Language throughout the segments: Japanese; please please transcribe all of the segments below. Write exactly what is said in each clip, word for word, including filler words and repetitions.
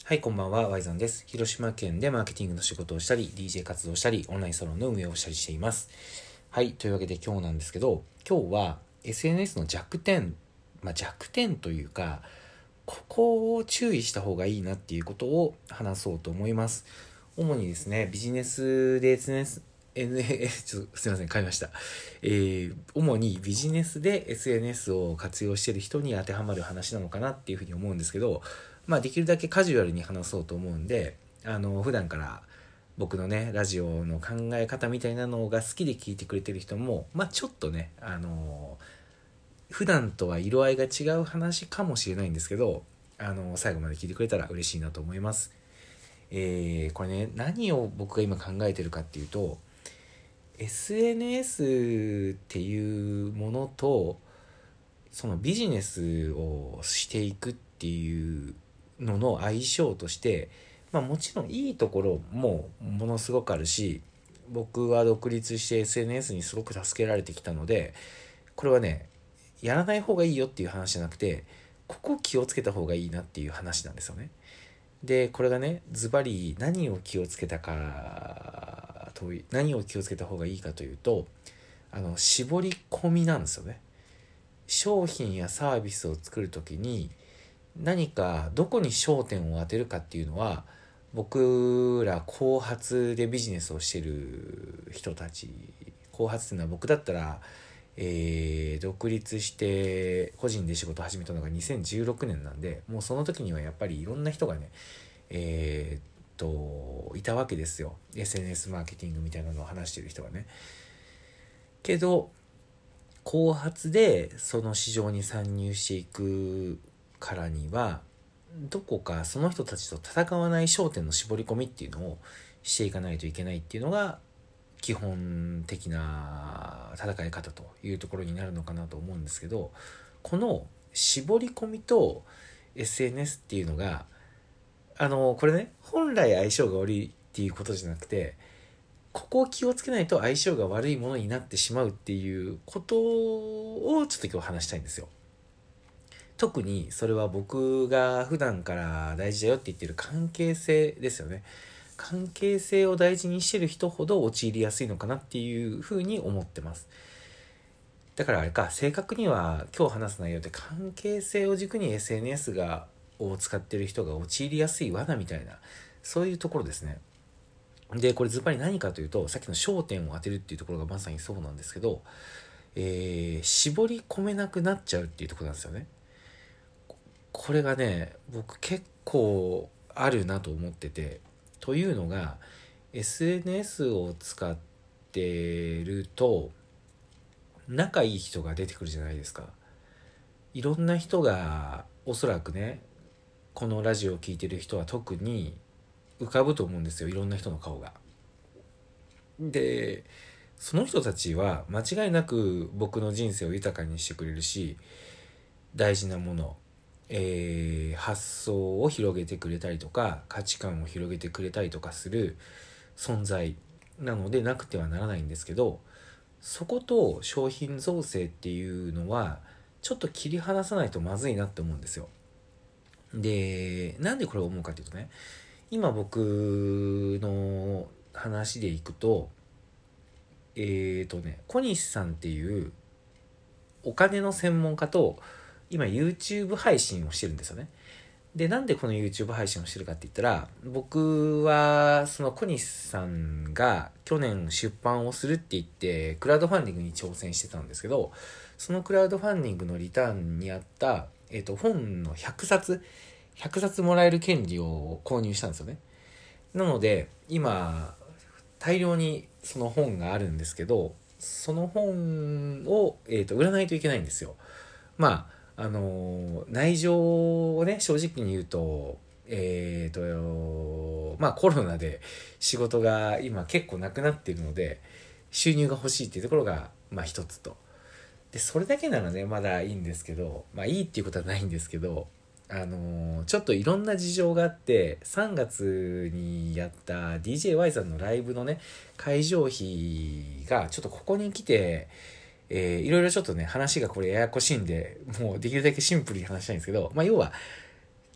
はい、こんばんは、ワイゾンです。広島県でマーケティングの仕事をしたり、ディージェー 活動をしたり、オンラインサロンの運営をしたりしています。はい、というわけで今日なんですけど、今日は エスエヌエス の弱点、まあ、弱点というか、ここを注意した方がいいなっていうことを話そうと思います。主にですね、ビジネスで エスエヌエス、N、ちょっとすいません、買いました。えー、主にビジネスで エスエヌエス を活用している人に当てはまる話なのかなっていうふうに思うんですけど、まあできるだけカジュアルに話そうと思うんで、あの、普段から僕のね、ラジオの考え方みたいなのが好きで聞いてくれてる人も、まあちょっとね、あの、普段とは色合いが違う話かもしれないんですけど、あの、最後まで聞いてくれたら嬉しいなと思います。えー、これね、何を僕が今考えてるかっていうと、エスエヌエス っていうものとそのビジネスをしていくっていうのの相性として、まあもちろんいいところもものすごくあるし、僕は独立して エスエヌエス にすごく助けられてきたので、これはね、やらない方がいいよっていう話じゃなくて、ここ気をつけた方がいいなっていう話なんですよね。で、これがね、ズバリ何を気をつけたかと、何を気をつけた方がいいかというと、あの、絞り込みなんですよね。商品やサービスを作るときに、何かどこに焦点を当てるかっていうのは、僕ら後発でビジネスをしてる人たち、後発っていうのは僕だったら、えー、独立して個人で仕事を始めたのがにせんじゅうろくねんなんで、もうその時にはやっぱりいろんな人がね、えー、っといたわけですよ。 エスエヌエス マーケティングみたいなのを話してる人がね。けど後発でその市場に参入していくからには、どこかその人たちと戦わない焦点の絞り込みっていうのをしていかないといけないっていうのが基本的な戦い方というところになるのかなと思うんですけど、この絞り込みと エスエヌエス っていうのが、あのこれね、本来相性が悪いっていうことじゃなくて、ここを気をつけないと相性が悪いものになってしまうっていうことをちょっと今日話したいんですよ。特にそれは僕が普段から大事だよって言ってる関係性ですよね。関係性を大事にしてる人ほど陥りやすいのかなっていうふうに思ってます。だからあれか、正確には今日話す内容って関係性を軸に エスエヌエス がを使ってる人が陥りやすい罠みたいな、そういうところですね。で、これズバリ何かというと、さっきの焦点を当てるっていうところがまさにそうなんですけど、えー、絞り込めなくなっちゃうっていうところなんですよね。これがね、僕結構あるなと思ってて、というのが エスエヌエス を使ってると仲いい人が出てくるじゃないですか。いろんな人がおそらくね、このラジオを聞いてる人は特に浮かぶと思うんですよ、いろんな人の顔が。で、その人たちは間違いなく僕の人生を豊かにしてくれるし、大事なもの、えー、発想を広げてくれたりとか価値観を広げてくれたりとかする存在なのでなくてはならないんですけど、そこと商品造成っていうのはちょっと切り離さないとまずいなって思うんですよ。で、なんでこれを思うかっていうとね、今僕の話でいくと、えーとね、小西さんっていうお金の専門家と今 YouTube 配信をしてるんですよね。で、なんでこの YouTube 配信をしてるかって言ったら、僕はその小西さんが去年出版をするって言ってクラウドファンディングに挑戦してたんですけど、そのクラウドファンディングのリターンにあった、えーと、本のひゃくさつひゃくさつもらえる権利を購入したんですよね。なので今大量にその本があるんですけど、その本を、えーと売らないといけないんですよ。まああの内情をね、正直に言うと、えーとまあコロナで仕事が今結構なくなっているので、収入が欲しいっていうところがまあ一つと。で、それだけならねまだいいんですけど、まあいいっていうことはないんですけど、あのー、ちょっといろんな事情があって、さんがつにやった ディージェーワイ さんのライブのね、会場費がちょっとここに来て、えー、いろいろちょっとね、話がこれややこしいんで、もうできるだけシンプルに話したいんですけど、まあ要は、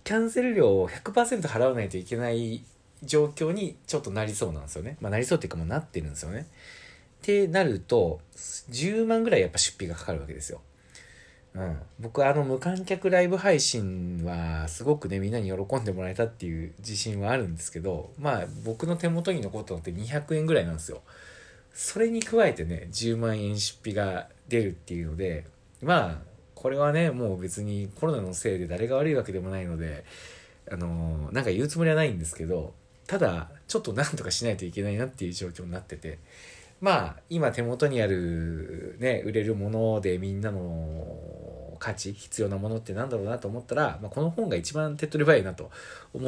キャンセル料を ひゃくパーセント 払わないといけない状況にちょっとなりそうなんですよね。まあなりそうっていうかもうなってるんですよね。ってなるとじゅうまんぐらいやっぱ出費がかかるわけですよ。うん、僕はあの無観客ライブ配信はすごくねみんなに喜んでもらえたっていう自信はあるんですけど、まあ僕の手元に残ったのってにひゃくえんぐらいなんですよ。それに加えてねじゅうまんえん出費が出るっていうので、まあこれはねもう別にコロナのせいで誰が悪いわけでもないので、あのー、なんか言うつもりはないんですけど、ただちょっとなんとかしないといけないなっていう状況になってて、まあ今手元にあるね売れるものでみんなの価値必要なものってなんだろうなと思ったら、まあ、この本が一番手っ取り早いなと思って、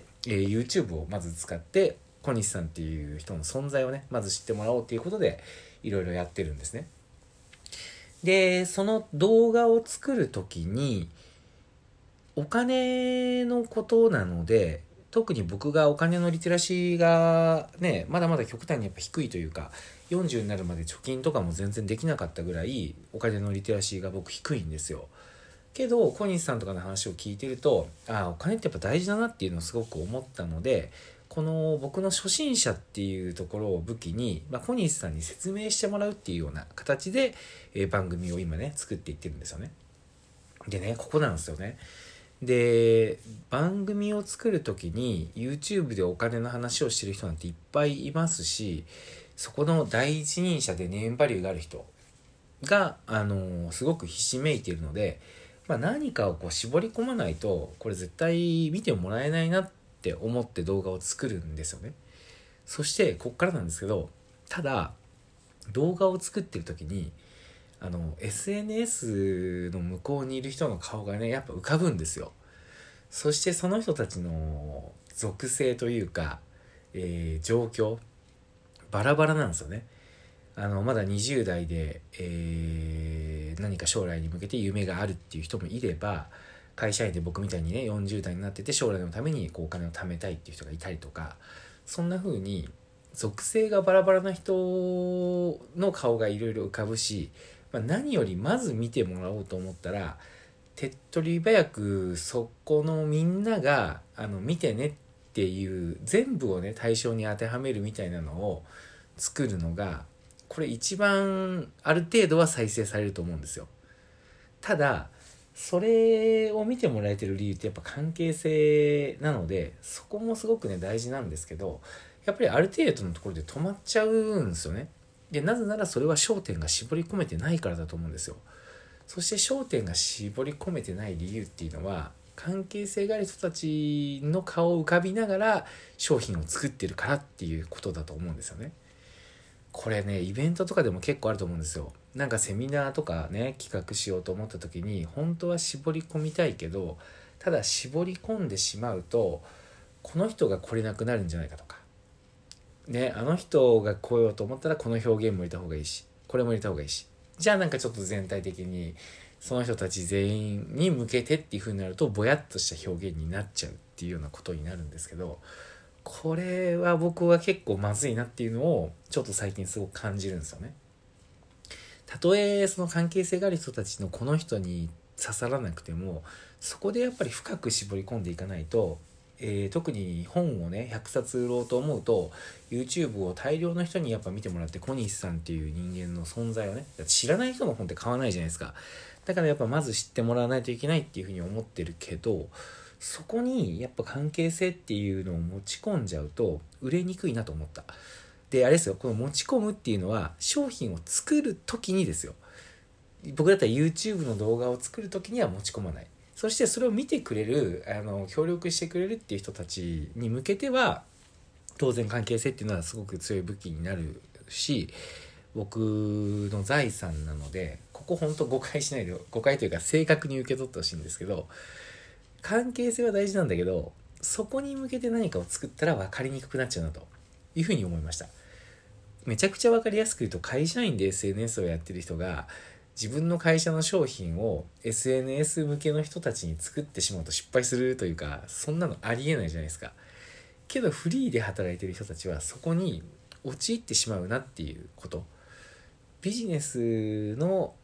えー、YouTube をまず使って小西さんっていう人の存在をねまず知ってもらおうということでいろいろやってるんですね。でその動画を作る時にお金のことなので、特に僕がお金のリテラシーがねまだまだ極端にやっぱ低いというか、よんじゅうになるまで貯金とかも全然できなかったぐらいお金のリテラシーが僕低いんですよ。けど小西さんとかの話を聞いてると、ああお金ってやっぱ大事だなっていうのをすごく思ったので、この僕の初心者っていうところを武器に、まあ、小西さんに説明してもらうっていうような形で、えー、番組を今ね作っていってるんですよね。でねここなんですよね。で番組を作る時に YouTube でお金の話をしてる人なんていっぱいいますし、そこの第一人者でネームバリューがある人が、あのー、すごくひしめいているので、まあ、何かをこう絞り込まないとこれ絶対見てもらえないなって思って動画を作るんですよね。そしてこっからなんですけど、ただ動画を作ってる時にあの エスエヌエス の向こうにいる人の顔がねやっぱ浮かぶんですよ。そしてその人たちの属性というか、えー、状況バラバラなんですよね。あのまだにじゅう代で、えー、何か将来に向けて夢があるっていう人もいれば、会社員で僕みたいにねよんじゅう代になってて将来のためにこうお金を貯めたいっていう人がいたりとか、そんな風に属性がバラバラな人の顔がいろいろ浮かぶし、まあ、何よりまず見てもらおうと思ったら手っ取り早くそこのみんながあの見てねっていう全部をね対象に当てはめるみたいなのを作るのが、これ一番ある程度は再生されると思うんですよ。ただそれを見てもらえてる理由ってやっぱ関係性なので、そこもすごくね大事なんですけど、やっぱりある程度のところで止まっちゃうんですよね。でなぜならそれは焦点が絞り込めてないからだと思うんですよ。そして焦点が絞り込めてない理由っていうのは、関係性がある人たちの顔を浮かびながら商品を作ってるからっていうことだと思うんですよね。これねイベントとかでも結構あると思うんですよ。なんかセミナーとかね企画しようと思った時に本当は絞り込みたいけど、ただ絞り込んでしまうとこの人が来れなくなるんじゃないかとかね、あの人が来ようと思ったらこの表現も入れた方がいいしこれも入れた方がいいし、じゃあなんかちょっと全体的にその人たち全員に向けてっていう風になるとぼやっとした表現になっちゃうっていうようなことになるんですけど、これは僕は結構まずいなっていうのをちょっと最近すごく感じるんですよね。たとえその関係性がある人たちのこの人に刺さらなくても、そこでやっぱり深く絞り込んでいかないと、えー、特に本をねひゃくさつ売ろうと思うと YouTube を大量の人にやっぱ見てもらって、小西さんっていう人間の存在をね、だって知らない人の本って買わないじゃないですか。だからやっぱまず知ってもらわないといけないっていうふうに思ってるけど、そこにやっぱ関係性っていうのを持ち込んじゃうと売れにくいなと思った。であれですよ、この持ち込むっていうのは商品を作る時にですよ。僕だったら YouTube の動画を作る時には持ち込まない。そしてそれを見てくれるあの協力してくれるっていう人たちに向けては当然関係性っていうのはすごく強い武器になるし、僕の財産なので、ここ本当誤解しないで、誤解というか正確に受け取ってほしいんですけど、関係性は大事なんだけど、そこに向けて何かを作ったら分かりにくくなっちゃうなというふうに思いました。めちゃくちゃ分かりやすく言うと、会社員で エスエヌエス をやってる人が自分の会社の商品を エスエヌエス 向けの人たちに作ってしまうと失敗するというか、そんなのありえないじゃないですか。けどフリーで働いてる人たちはそこに陥ってしまうなっていうこと。ビジネスの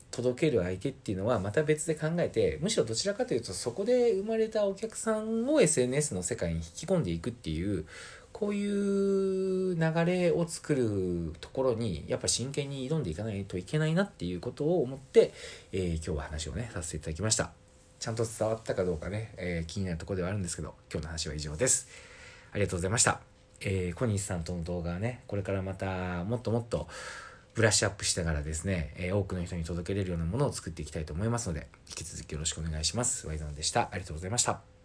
届ける相手っていうのはまた別で考えて、むしろどちらかというとそこで生まれたお客さんを エスエヌエス の世界に引き込んでいくっていう、こういう流れを作るところにやっぱ真剣に挑んでいかないといけないなっていうことを思って、えー、今日は話をねさせていただきました。ちゃんと伝わったかどうかね、えー、気になるところではあるんですけど、今日の話は以上です。ありがとうございました。えー、小西さんとの動画はね、これからまたもっともっとブラッシュアップしながらですね、えー、多くの人に届けれるようなものを作っていきたいと思いますので、引き続きよろしくお願いします。ワイゾンでした。ありがとうございました。